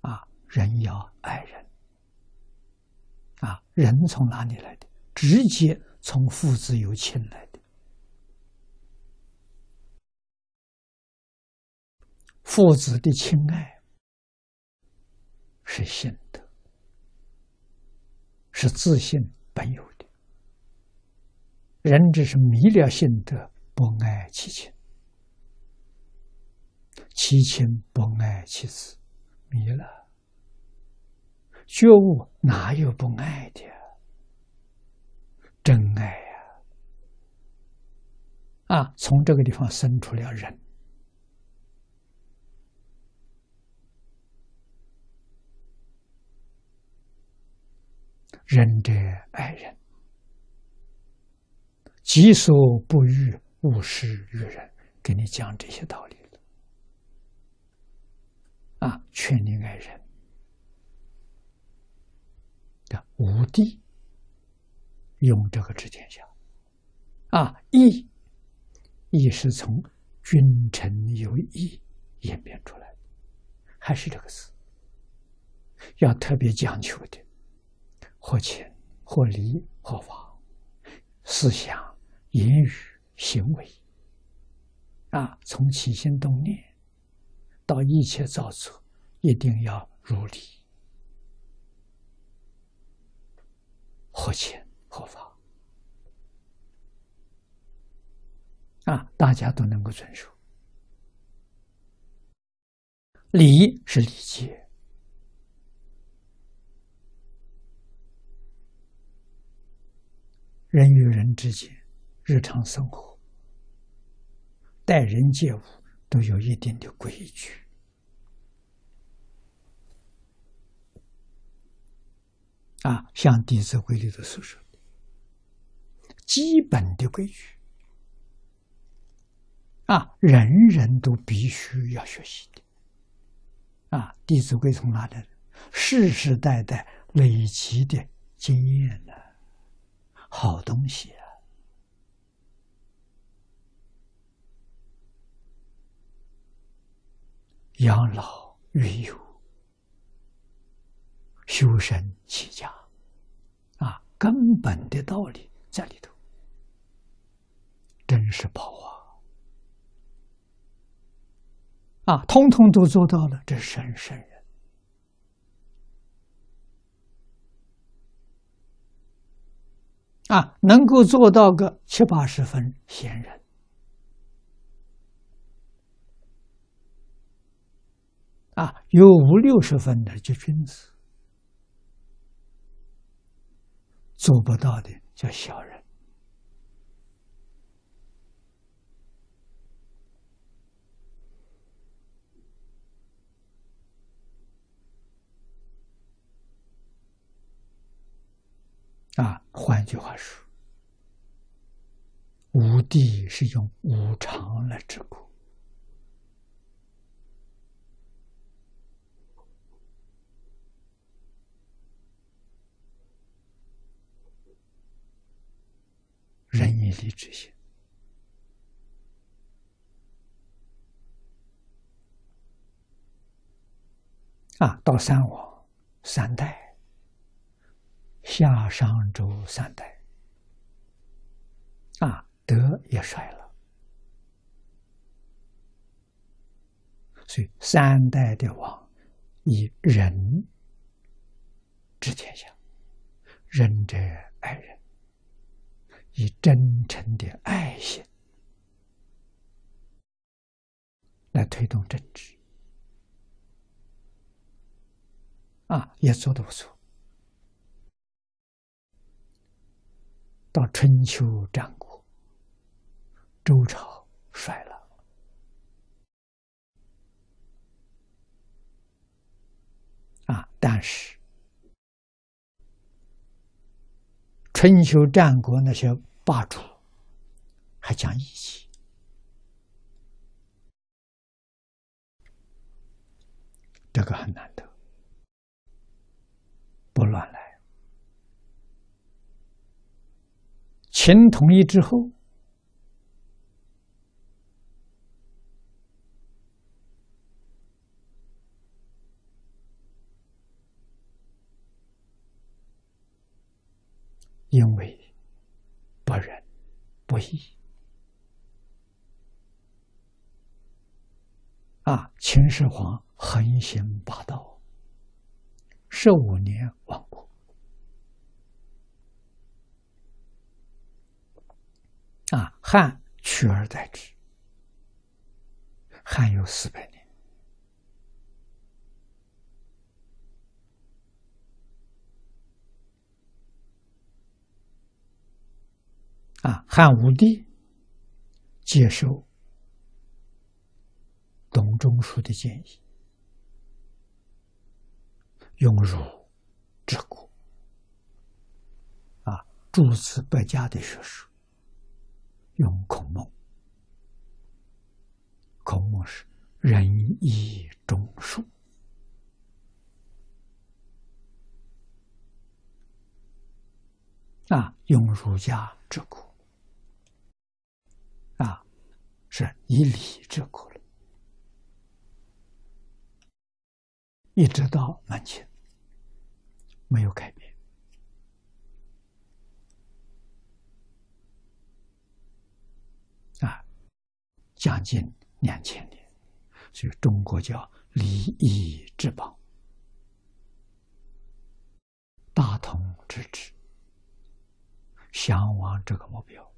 人要爱人人从哪里来的？直接从父子有亲来的。父子的亲爱是性德，是自性本有的。人只是迷了性德，不爱其亲，其亲不爱其子，迷了。觉悟哪有不爱的？真爱从这个地方生出了人。仁者爱人，己所不欲，勿施于人。给你讲这些道理了劝你爱人。武帝用这个治天下义是从君臣有义演变出来的，还是这个字要特别讲求的，或情或理或法，思想言语行为从起心动念到一切造作，一定要如理，或情或法大家都能够遵守。礼是礼节，人与人之间日常生活待人接物都有一定的规矩像《弟子规》里头所说的基本的规矩人人都必须要学习的《弟子规》从哪来的？世世代代累积的经验呢，好东西养老育幼，修身齐家根本的道理在里头，真是宝通通都做到了，这是圣人能够做到个70-80分贤人有50-60分的就君子，做不到的叫小人换句话说，武帝是用无常来治国，仁义礼智信到三王3代，夏商周3代德也衰了，所以3代的王以仁治天下，仁者爱人，以真诚的爱心来推动政治也做得不错。到春秋战国，周朝衰了但是春秋战国那些霸主还讲义气，这个很难得，不乱来。秦统一之后， 因为不仁不义秦始皇横行霸道，15年亡国汉取而代之，汉有400年。汉武帝接受董仲舒的建议，用儒治国，诸子百家的学术，用孔孟。孔孟是仁义忠恕，用儒家治国，是以礼治国了，一直到满清没有改变。将近2000年，所以中国叫礼义治邦，大同之治，向往这个目标。